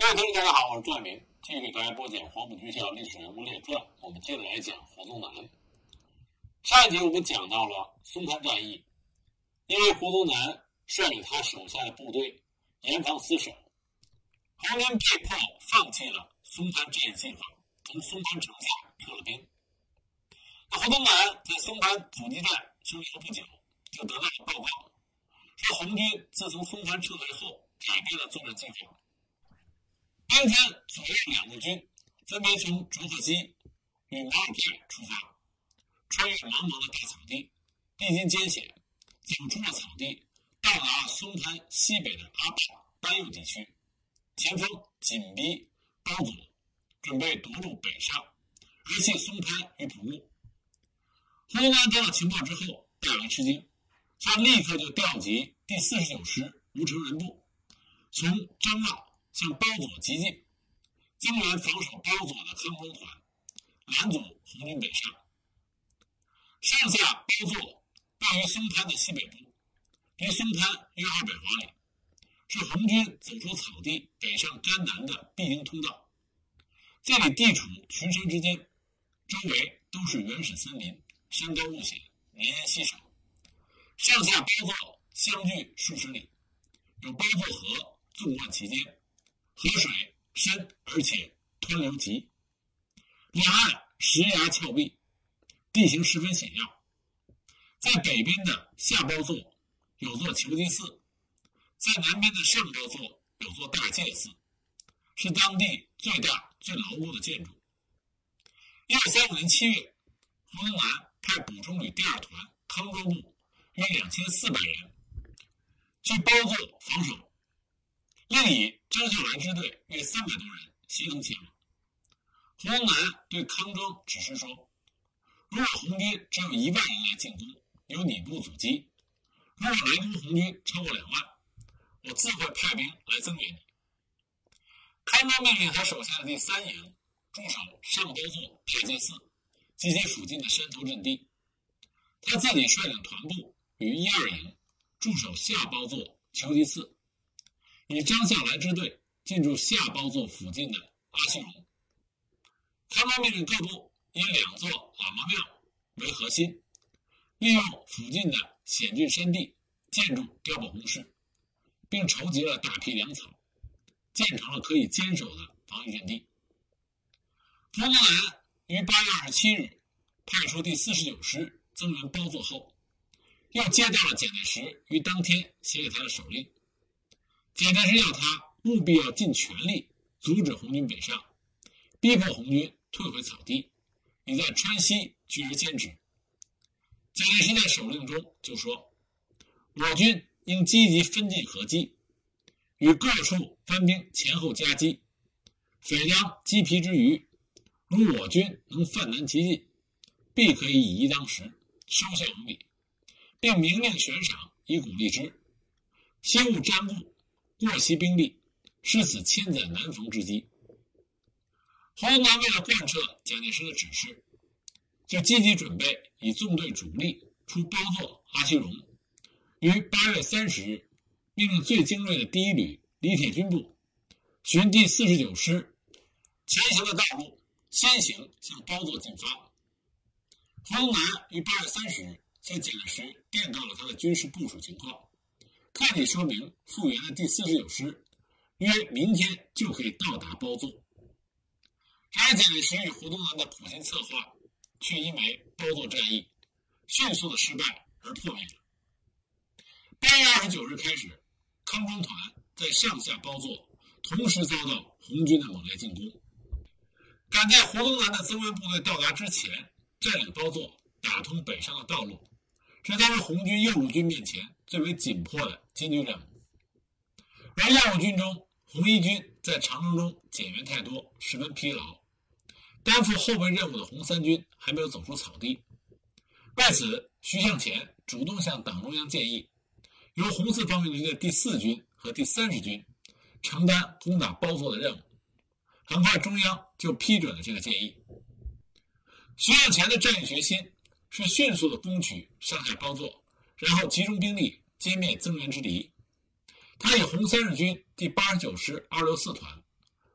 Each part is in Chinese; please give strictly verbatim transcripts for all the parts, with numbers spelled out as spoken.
位同学大家好，我是朱爱明，继续给大家播讲黄埔军校历史人物列传。我们接着来讲胡宗南。上一集我们讲到了松潘战役，因为胡宗南率领他手下的部队严防死守，红军被迫放弃了松潘战役计划，从松潘城下撤了兵。那胡宗南在松潘阻击战胜利后不久，就得到了报告，说红军自从松潘撤退后改变了作战计划，兵分左右两路军，分别从卓克西与马尔派出发，穿越茫茫的大草地，历经艰险，走出了草地，到达松潘西北的阿坝丹右地区，前锋紧逼包左，准备夺路北上，而弃松潘于蒲路。胡宗南得到情报之后大为吃惊，他立刻就调集第四十九师吴成仁部，从张茂向包左急进，增援防守包左的康中团，拦阻红军北上。上下包左位于松潘的西北部，离松潘约二百华里，是红军走出草地北上甘南的必经通道。这里地处群山之间，周围都是原始森林，山高路险，人烟稀少。上下包左相距数十里，有包左河纵贯其间，河水深而且湍流急，两岸石崖峭壁，地形十分险要。在北边的下包座有座求吉寺，在南边的上包座有座大戒寺，是当地最大最牢固的建筑。一九三五年七月，胡宗南派补充旅第二团康州部约两千四百人去包座防守，另以张秀兰支队约三百多人协同前往。胡宗南对康庄指示说，如果红军只有一万人来进攻，由你部阻击；如果来攻红军超过两万，我自会派兵来增援你。康庄命令他手下的第三营驻守上包座太监寺及其附近的山头阵地，他自己率领团部与一二营驻守下包座求吉寺，以张孝来支队进驻下包座附近的阿西荣。康庄命令各部以两座喇嘛庙为核心，利用附近的险峻山地建筑碉堡工事，并筹集了大批粮草，建成了可以坚守的防御阵地。胡宗南于八月二十七日派出第四十九师增援包座后，又接到了蒋介石于当天写给他的手令。蒋介石要他务必要尽全力阻止红军北上，逼迫红军退回草地，以在川西据而坚持。蒋介石在手令中就说，我军应积极分进合击，与各处番兵前后夹击，匪当击疲之余，如我军能犯难其进，必可以以一当十，收效无比，并明令悬赏以鼓励之，希勿瞻顾过袭兵力，失此千载难逢之机。胡宗南为了贯彻蒋介石的指示，就积极准备以纵队主力出包座阿西荣，于八月三十日命令最精锐的第一旅李铁军部循第四十九师前行的道路先行向包座进发。胡宗南于八月三十日向蒋介石电告了他的军事部署情况，特地说明复员的第四十九师约明天就可以到达包座。然而蒋介石与胡宗南的苦心策划却因为包座战役迅速的失败而破灭了。八月二十九日开始，康庄团在上下包座同时遭到红军的猛烈进攻，赶在胡宗南的增援部队到达之前占领包座，打通北上的道路，是当时红军右路军面前最为紧迫的艰巨任务。而右路军中，红一军在长征中减员太多，十分疲劳，担负后备任务的红三军还没有走出草地。为此，徐向前主动向党中央建议，由红四方面军的第四军和第三十军承担攻打包座的任务。很快中央就批准了这个建议。徐向前的战役决心是迅速的攻取上下包座，然后集中兵力歼灭增援之敌。他以红三十军第八十九师二六四团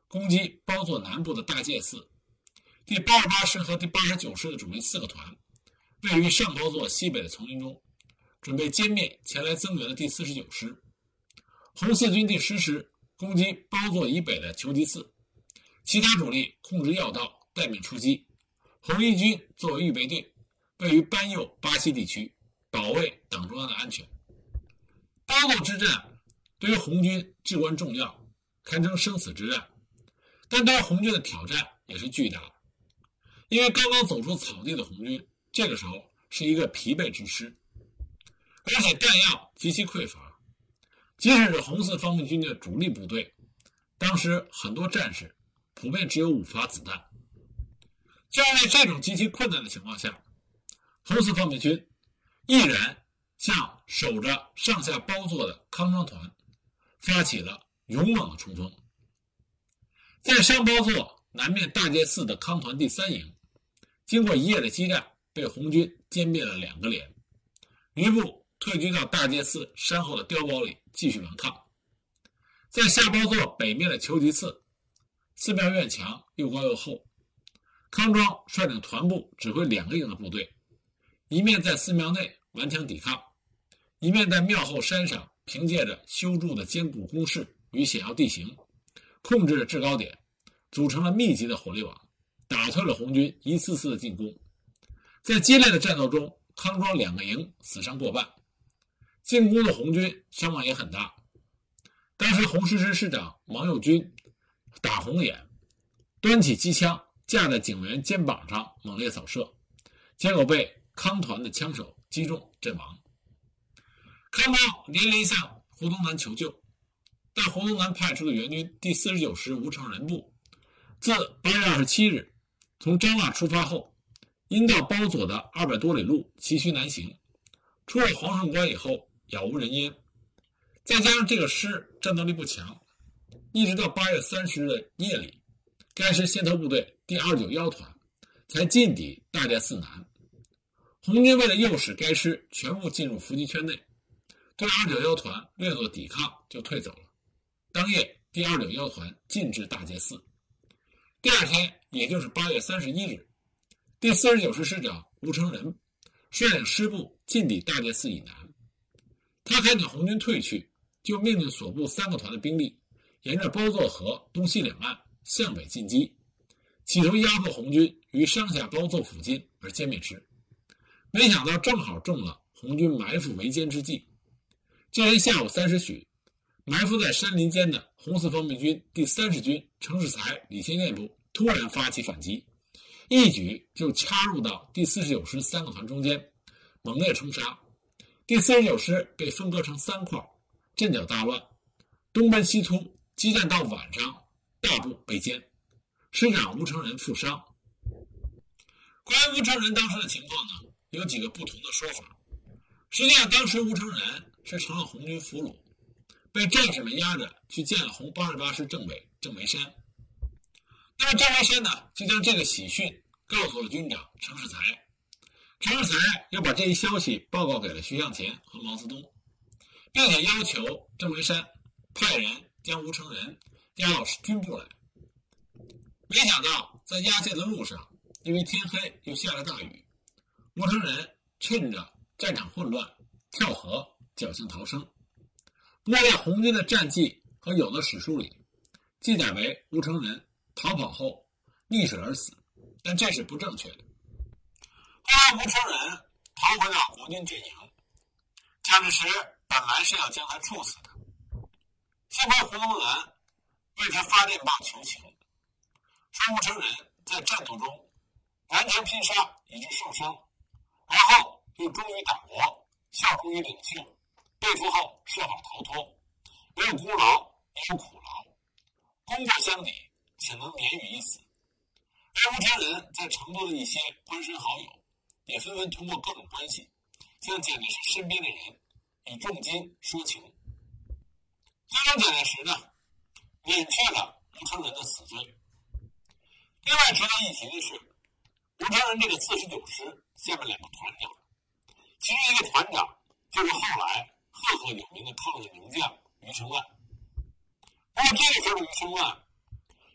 攻击包座南部的大界寺。第八十八师和第八十九师的主力四个团位于上包座西北的丛林中，准备歼灭前来增援的第四十九师。红四军第十师攻击包座以北的求吉寺，其他主力控制要道，待命出击。红一军作为预备队，位于班右巴西地区，保卫党中央的安全。包座之战对于红军至关重要，堪称生死之战，但对于红军的挑战也是巨大的。因为刚刚走出草地的红军，这个时候是一个疲惫之师，而且弹药极其匮乏。即使是红四方面军的主力部队，当时很多战士普遍只有五发子弹。就是在这种极其困难的情况下，红四方面军毅然向守着上下包座的康庄团发起了勇猛的冲锋。在上包座南面大界寺的康团第三营，经过一夜的激战，被红军歼灭了两个连，余部退居到大界寺山后的碉堡里继续顽抗。在下包座北面的求吉寺，寺庙院墙又高又厚，康庄率领团部指挥两个营的部队，一面在寺庙内顽强抵抗，一面在庙后山上凭借着修筑的坚固工事与险要地形，控制了制高点，组成了密集的火力网，打退了红军一次次的进攻。在激烈的战斗中，康庄两个营死伤过半，进攻的红军伤亡也很大。当时红十师师长王右军打红眼，端起机枪架在警员肩膀上猛烈扫射，结果被康团的枪手击中阵亡。康庄连连向胡宗南求救，但胡宗南派出的援军第四十九师吴承仁部自八月二十七日从张腊出发后，因到包左的二百多里路崎岖难行，出了黄胜关以后杳无人烟。再加上这个师战斗力不强，一直到八月三十日的夜里，该师先头部队第二十九幺团才进抵大界寺南。红军为了诱使该师全部进入伏击圈内，对二十九幺团略作抵抗就退走了。当夜，第二十九幺团进至大界寺。第二天，也就是八月三十一日，第四十九师师长吴承仁率领师部进抵大界寺以南。他看见红军退去，就命令所部三个团的兵力沿着包座河东西两岸向北进击，企图压迫红军于上下包座附近而歼灭之。没想到正好中了红军埋伏围歼之计。这天下午三时许，埋伏在山林间的红四方面军第三十军程世才、李先念部突然发起反击，一举就插入到第四十九师三个团中间，猛烈冲杀。第四十九师被分割成三块，阵脚大乱，东奔西突，激战到晚上，大部被歼，师长吴承仁负伤。关于吴承仁当时的情况呢，有几个不同的说法。实际上当时吴承仁是成了红军俘虏，被战士们压着去见了红八十八师政委郑维山。那么郑维山呢，就将这个喜讯告诉了军长程世才。程世才又把这一消息报告给了徐向前和毛泽东，并且要求郑维山派人将吴承仁押到军部来。没想到在押解的路上，因为天黑又下了大雨，吴承仁趁着战场混乱跳河侥幸逃生。不过在红军的战绩和有的史书里记载为吴承仁逃跑后溺水而死，但这是不正确的。后来吴承仁逃回到国军阵营，蒋介石本来是要将他处死的，幸亏胡宗南为他发电报求情，说吴承仁在战斗中顽强拼杀以致受伤，然后又忠于党国，效忠于领袖，被俘后设法逃脱，没有孤劳也有苦劳，功过相抵，且能免于一死。而吴承仁在成都的一些官绅好友也纷纷通过各种关系向蒋介石身边的人以重金说情，最终蒋介石呢免却了吴承仁的死罪。另外值得一提的是，吴承仁这个四十九师下面两个团长，其中一个团长就是后来赫赫有名的抗日名将余承万。不过这个时候的余承万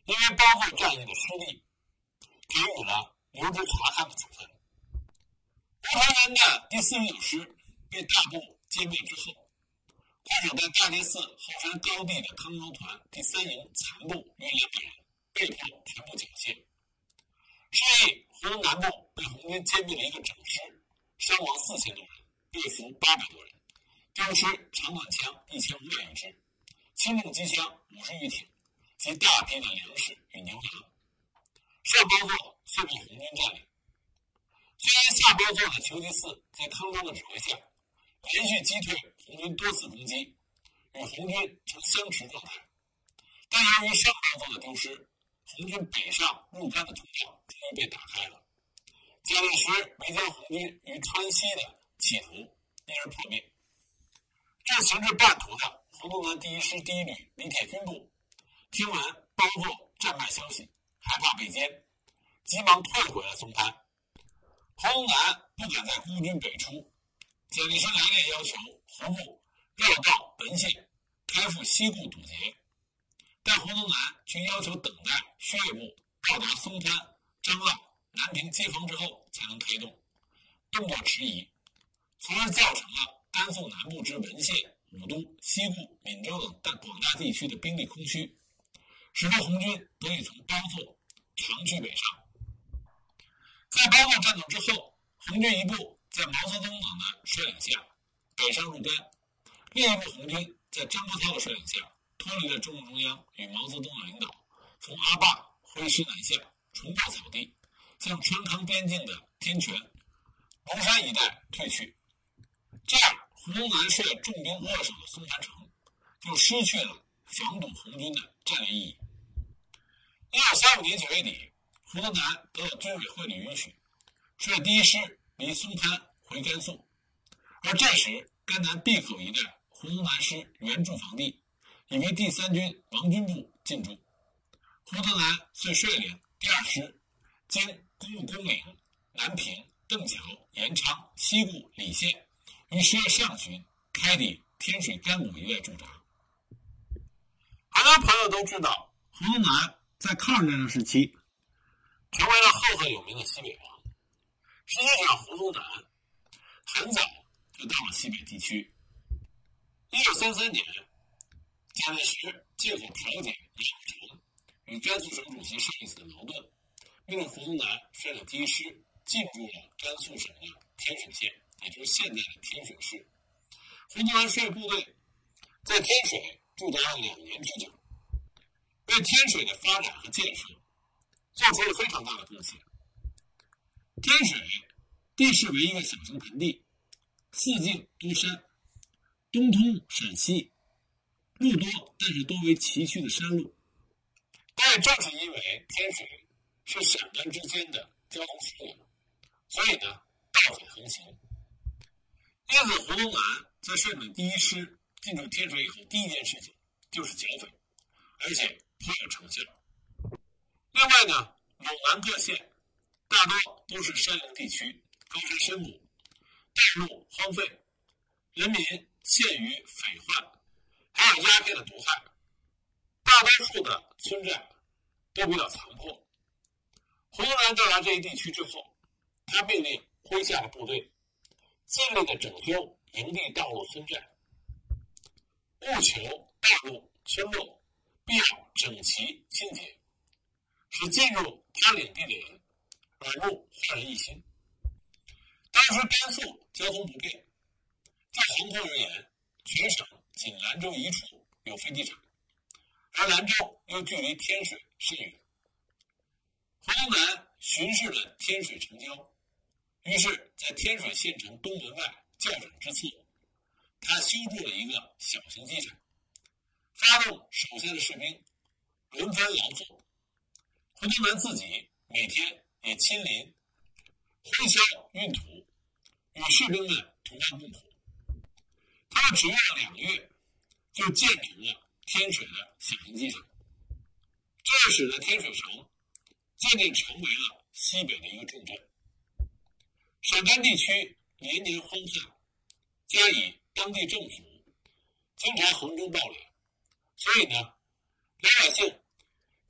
因为包括战役的失利，给予了留职察看的处分。吴承恩的第四十九师被大部歼灭之后，固守在大街寺后山高地的康州团第三营残部约两百人被迫全部缴械。是以湖东南部被红军歼灭了一个整师，伤亡四千多人，被俘八百多人，丢失长短枪一千五百余支，轻重机枪五十余挺及大批的粮食与牛羊。上包座遂被红军占领。虽然下包座的求吉寺在康州的指挥下，连续击退红军多次攻击，与红军呈相持状态，但由于上包座的丢失，红军北上入甘的通道终于被打开了。蒋介石没将红军于川西的企图，因而破灭。正行至半途的湖东南第一师第一旅李铁军部，听闻包座战败消息，害怕被歼，急忙退回了松潘。湖东南不敢再孤军北出，蒋介石来电要求湖部绕道本线，开赴西固堵截，但湖东南却要求等待薛岳部到达松潘、张浪、南平接防之后才能推动，动作迟疑，从而造成了甘肃南部之文县、武都、西固、闽州等广大地区的兵力空虚，使得红军得以从包座长驱北上。在包座战斗之后，红军一部在毛泽东等的率领下北上入甘，另一部红军在张国焘的率领下脱离了中共中央与毛泽东的领导，从阿坝挥师南下，重过草地，向川康边境的天泉、龙山一带退去。这样，湖东南率重兵扼守的松潘城就失去了防堵红军的战略意义。一九三五年九月底，湖东南得到军委会的允许，率第一师离松潘回甘肃，而这时甘南闭口一带湖东南师原驻防地已为第三军王军部进驻。湖东南遂率领第二师经公务公岭、南平、邓桥、延昌、西固、礼县，于十月上旬开抵天水甘谷一带驻扎。很多朋友都知道，湖东南在抗日战争时期成为了赫赫有名的西北王。实际上，湖东南很早就到了西北地区。一九三三年，蒋介石借口调解杨虎城与甘肃省主席上一次的矛盾，命令湖东南率领第一师进驻了甘肃省的天水县，也就是现在的天水市。湖东南率部队在天水驻扎了两年之久，为天水的发展和建设做出了非常大的贡献。天水地势为一个小型盆地，四境多山，东通陕西，路多，但是多为崎岖的山路。但也正是因为天水是陕甘之间的交通枢纽，所以呢，盗匪横行。因此，湖东南在率领第一师进驻天水以后，第一件事情就是剿匪，而且颇有成效。另外呢，陇南各县大多都是山林地区，高山深谷，道路荒废，人民陷于匪患还有鸦片的毒害，大多数的村寨都比较残破。湖东南到达这一地区之后，他命令麾下的部队尽力的整修营地、道路、村寨，务求道路、村落必要整齐清洁，使进入他领地的人耳目焕然一新。当时甘肃交通不便，在航空而言，全省仅兰州一处有飞机场，而兰州又距离天水甚远。湖东南巡视了天水城郊，于是在天水县城东门外校整之侧，他修筑了一个小型机场，发动手下的士兵轮番劳作。湖东南自己每天也亲临挥锹运土，与士兵们同甘共苦。他们只用了两个月，就建成了天水的小型机场，这使得天水城渐渐成为了西北的一个重镇。陕甘地区连年荒旱，加以当地政府经常横征暴敛，所以呢，老百姓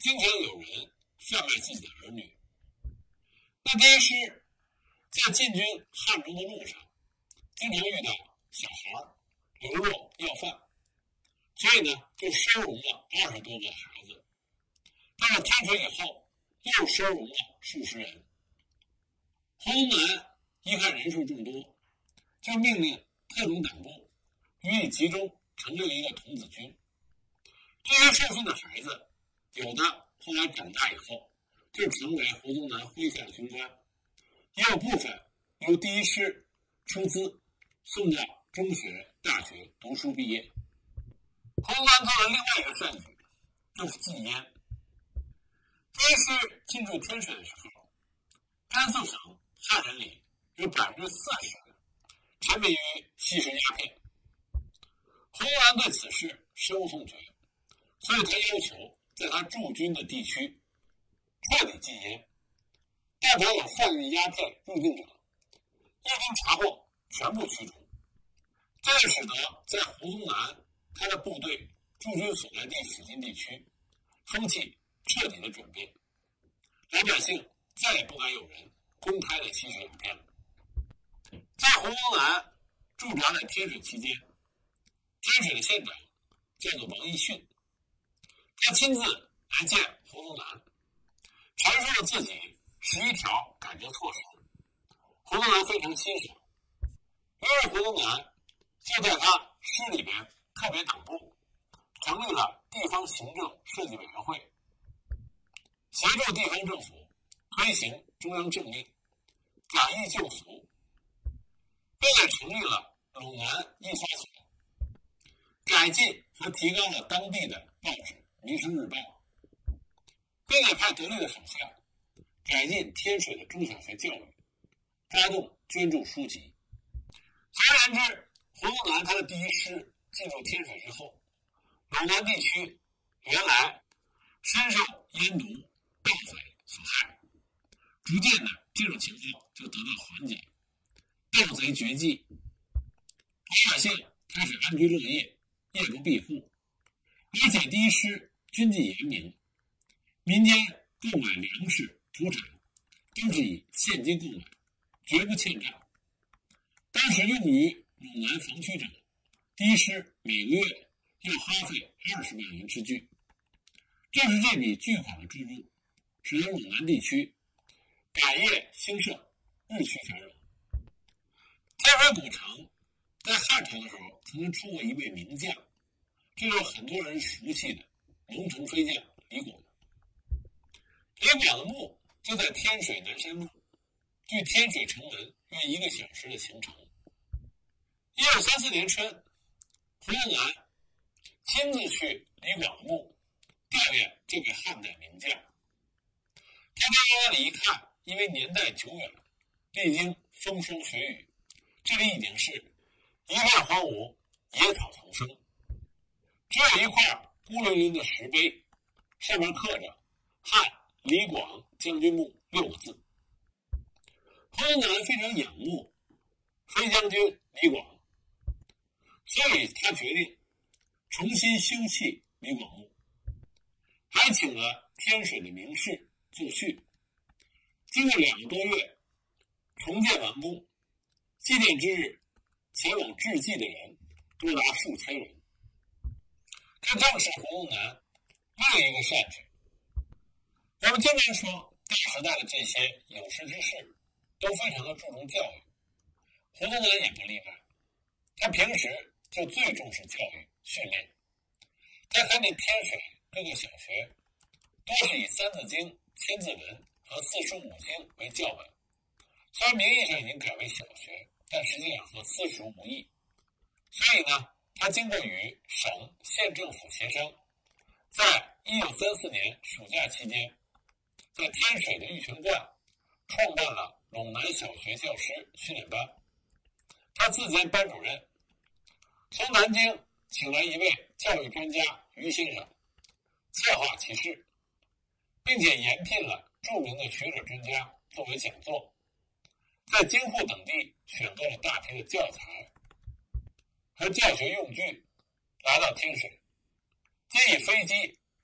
经常有人贩卖自己的儿女。那第一师在进军汉中的路上，经常遇到小孩流落要饭，所以呢，就收容了二十多个孩子。到了天水以后，又收容了数十人。胡宗南一看人数众多，就命令特种党部予以集中，成立了一个童子军。这些受训的孩子，有的后来长大以后就成为胡宗南麾下的军官，也有部分由第一师出资送到中学、大学读书毕业。胡宗南做了另外一个善举，就是禁烟。第一师进驻天水的时候，甘肃省汉人里有百分之四十沉迷于吸食鸦片。胡宗南对此事深恶痛绝，所以他要求在他驻军的地区彻底禁烟，但凡有贩运鸦片入境者，一经查获，全部驱逐。这就使得在胡宗南他的部队驻军所在地附近地区，风气彻底的转变，老百姓再也不敢有人公开的吸食鸦片了。在胡宗南驻扎在天水期间，天水的县长叫做王义训，他亲自来见胡宗南，阐述了自己十一条改革措施。胡宗南非常欣赏，于是胡宗南就在他师里边特别党部成立了地方行政设计委员会，协助地方政府推行中央政令，改易旧俗，并且成立了陇南印刷所，改进和提高了当地的报纸《民生日报》，并且派得力的手下改进天水的中小学教育，发动捐助书籍。总而言之，胡宗南他的第一师进入天水之后，陇南地区原来深受烟毒、盗匪所害，逐渐的这种情况就得到缓解，盗贼绝迹，老百姓开始安居乐业，夜不闭户。而且第一师军纪严明，民间购买粮食、土产都是以现金购买，绝不欠账。当时用于陇南防区者，第一师每个月要花费二十万元之巨。正是这笔巨款的注入，使得陇南地区百业兴盛，日趋繁荣。天水古城在汉朝的时候曾经出过一位名将，这就是很多人熟悉的龙城飞将李广。李广的墓就在天水南山路，距天水城门约一个小时的行程。一二三四年春，胡宗南亲自去李广的墓吊唁这位汉代名将。他到那里一看，因为年代久远，历经风霜雪雨，这里已经是一片荒芜，野草丛生，只有一块孤零零的石碑，上面刻着汉李广将军墓六个字。胡宗南非常仰慕飞将军李广，所以他决定重新修葺李广墓，还请了天水的名士作序。经过两个多月，重建完工，祭奠之日，前往致祭的人多达数千人。这正是胡宗南另一个善举。我们经常说，大时代的这些有识之士都非常的注重教育，胡宗南也不例外。他平时就最重视教育训练。他看见天水各个小学多是以《三字经》《千字文》和四书五经为教本，虽然名义上已经改为小学，但实际上和私塾无异。所以呢，他经过与省县政府协商，在一九三四年暑假期间，在天水的玉泉观创办了陇南小学教师训练班。他自兼班主任，从南京请来一位教育专家于先生策划其事，并且延聘了著名的学者专家作为讲座，在京沪等地选购了大批的教材和教学用具，来到天水，皆以飞机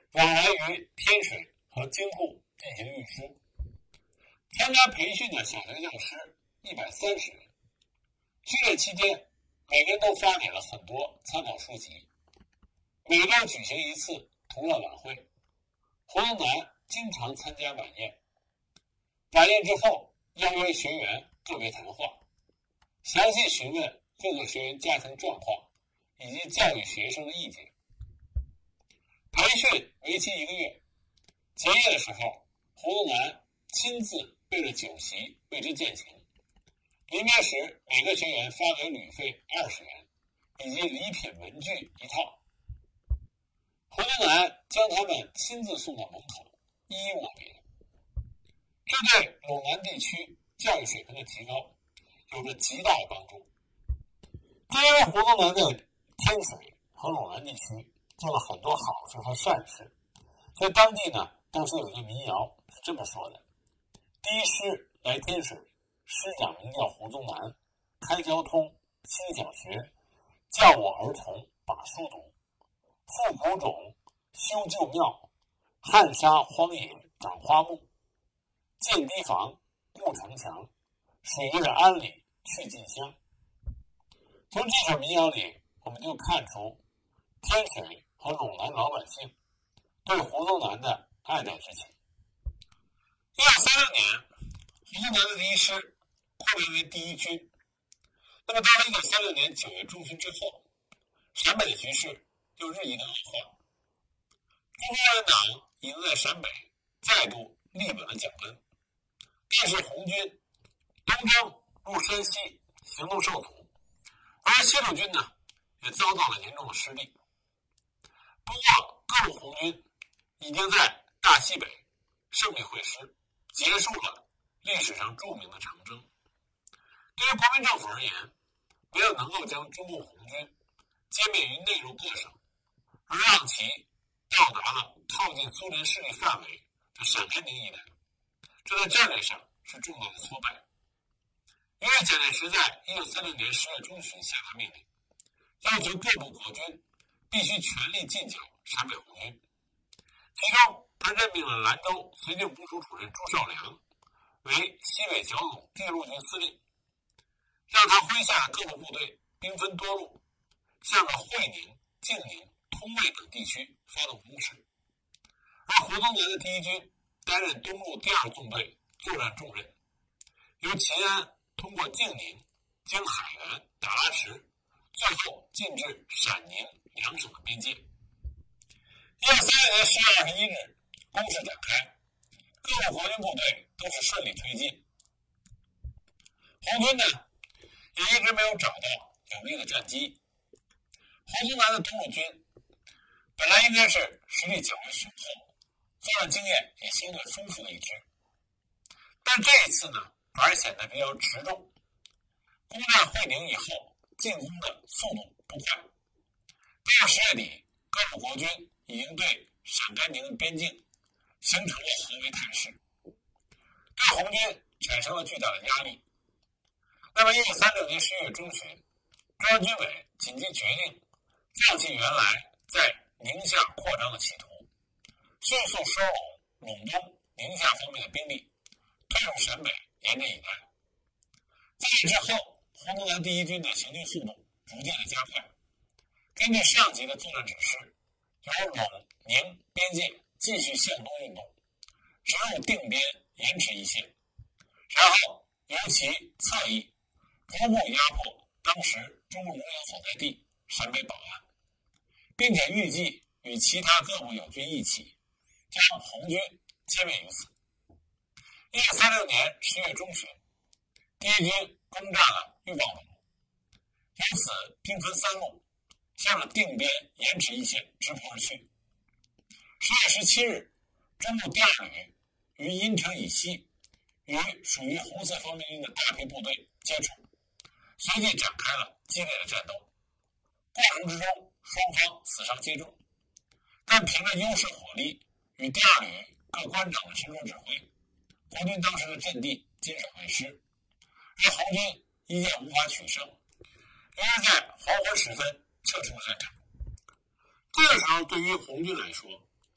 往来于天水和京沪进行运输。参加培训的小学教师一百三十人。训练期间，每个人都发给了很多参考书籍，每周举行一次同乐晚会。胡宗南经常参加晚宴，晚宴之后邀约学员个别谈话，详细询问各个学员家庭状况以及教育学生的意见。培训为期一个月，结业的时候，胡宗南亲自备了酒席为之饯行。临别时，每个学员发给旅费二十元，以及礼品文具一套。胡宗南将他们亲自送到门口，一一握别。这对陇南地区教育水平的提高有着极大的帮助。正因为胡宗南在天水和陇南地区做了很多好事和善事，在当地呢，当时有一个民谣是这么说的：第一师来天水，师长名叫胡宗南，开交通，兴小学，教我儿童把书读，复古冢，修旧庙，汉沙荒野长花木，建堤防，固城墙，水月安里去进香。从这首民谣里，我们就看出天水和陇南老百姓对胡宗南的爱戴之情。一九三六年，胡宗南的第一师扩编为第一军。那么到了一九三六年九月中旬之后，陕北的局势又日益的恶化。中国共产党已经在陕北再度立稳了脚跟，但是红军东征入山西行动受阻，而西路军呢也遭到了严重的失利。不过各路红军已经在大西北胜利会师，结束了历史上著名的长征。对于国民政府而言，没有能够将中共红军歼灭于内陆各省，而让其到达了靠近苏联势力范围的陕甘宁一带，这在战略上是重大的挫败。因为蒋介石在一九三六年十月中旬下达命令，要求各部国军必须全力进剿陕北红军。其中，他任命了兰州绥靖部署主任朱绍良为西北剿总第陆军司令，让他麾下的各路部队兵分多路，向着会宁、晋宁、通渭等地区发动攻势。而胡宗南的第一军担任东路第二纵队作战重任，由秦安通过晋宁，经海原、达拉什，最后进至陕宁两省的边界。一九三六年十月二十一日，攻势展开，各路国军部队都是顺利推进。红军呢，也一直没有找到有利的战机。胡宗南的东路军本来应该是实力较为雄厚，作战经验也相对丰富的一支，但这一次呢，反而显得比较迟重。攻占会宁以后，进攻的速度不快。到了十月底，各路国军已经对陕甘宁的边境形成了合围态势，对红军产生了巨大的压力。那么一九三六年十一月中旬，中央军委紧急决定放弃原来在宁夏扩张的企图，迅速收拢陇东、宁夏方面的兵力，退入陕北沿镇一带。在此之后，胡宗南第一军的行军速度逐渐的加快。根据上级的作战指示，由陇宁边界继续向东运动，直入定边延迟一线，然后由其侧翼逐步压迫当时中共中央所在地陕北宝安，并且预计与其他各部友军一起将红军歼灭于此。一九三六年十月中旬，第一军攻占了裕望鲁，由此兵分三路，向着定边延迟一线直扑而去。十月十七日，中部第二旅于阴城以西与属于红色方面军的大批部队接触，随即展开了激烈的战斗。过程之中，双方死伤皆重，但凭着优势火力与第二旅各官长的沉着指挥，国军当时的阵地坚守为师，而红军依旧无法取胜，于是在黄昏时分撤出了战场。这个时候，对于红军来说，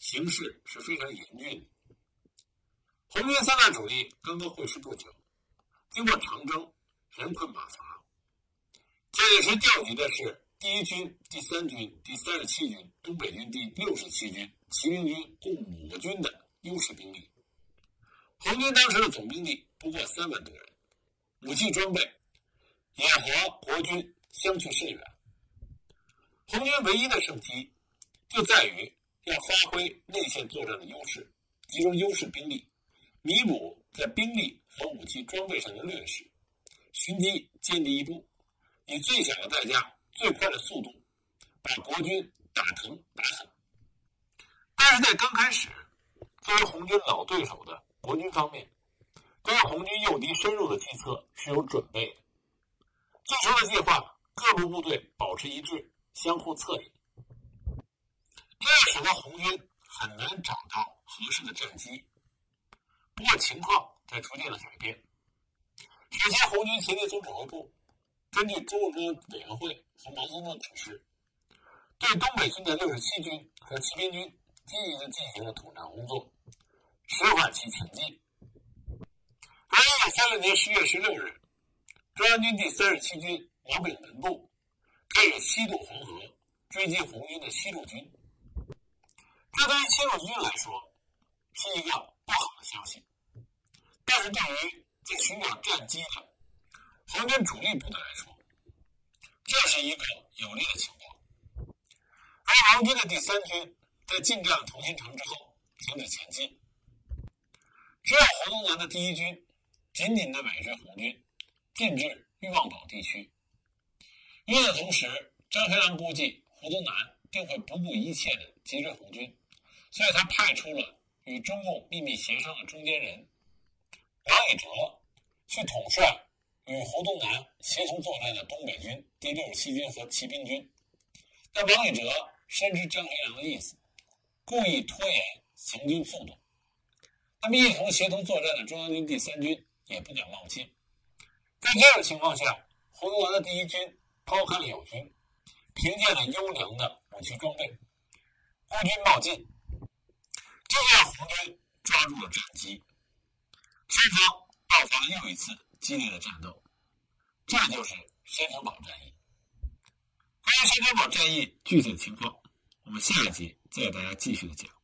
形势是非常严峻的。红军三大主力刚刚会师不久，经过长征，人困马乏。蒋介石调集的是第一军、第三军、第三十七军、东北军第六十七军、骑兵军共五个军的优势兵力。红军当时的总兵力不过三万多人，武器装备也和国军相去甚远。红军唯一的胜机就在于要发挥内线作战的优势，集中优势兵力，弥补在兵力和武器装备上的劣势，寻机歼敌一步，以最小的代价、最快的速度把国军打疼打狠。但是在刚开始，作为红军老对手的国军方面，对于红军诱敌深入的计策是有准备的。最初的计划，各路部队保持一致，相互策应，这使得红军很难找到合适的战机。不过情况在逐渐的改变。此前红军协调总指挥部根据中共中央委员会和毛泽东的指示，对东北军的六十七军和骑兵军积极的进行了统战工作，迟缓其前进。而一九三六年十月十六日，中央军第三十七军毛炳文部开始西渡黄河，追击红军的西路军。这对于西路军来说是一个不好的消息，但是对于在寻找战机的红军主力部队来说，这是一个有利的情报。而红军的第三军在进占同心城之后停止前进，只有胡宗南的第一军紧紧地尾随红军进至裕望堡地区。与此同时，张学良估计胡宗南定会不顾一切地击坠红军，所以他派出了与中共秘密协商的中间人王以哲去统帅与胡宗南协同作战的东北军第六十七军和骑兵军。但王以哲深知张学良的意思，故意拖延行军速度。那么一同协同作战的中央军第三军也不敢冒进。在这种情况下，胡宗南的第一军抛开了友军，凭借着优良的武器装备，孤军冒进，这让红军抓住了战机，双方爆发了又一次激烈的战斗。这就是山城堡战役。关于山城堡战役具体的情况，我们下一集再给大家继续的讲。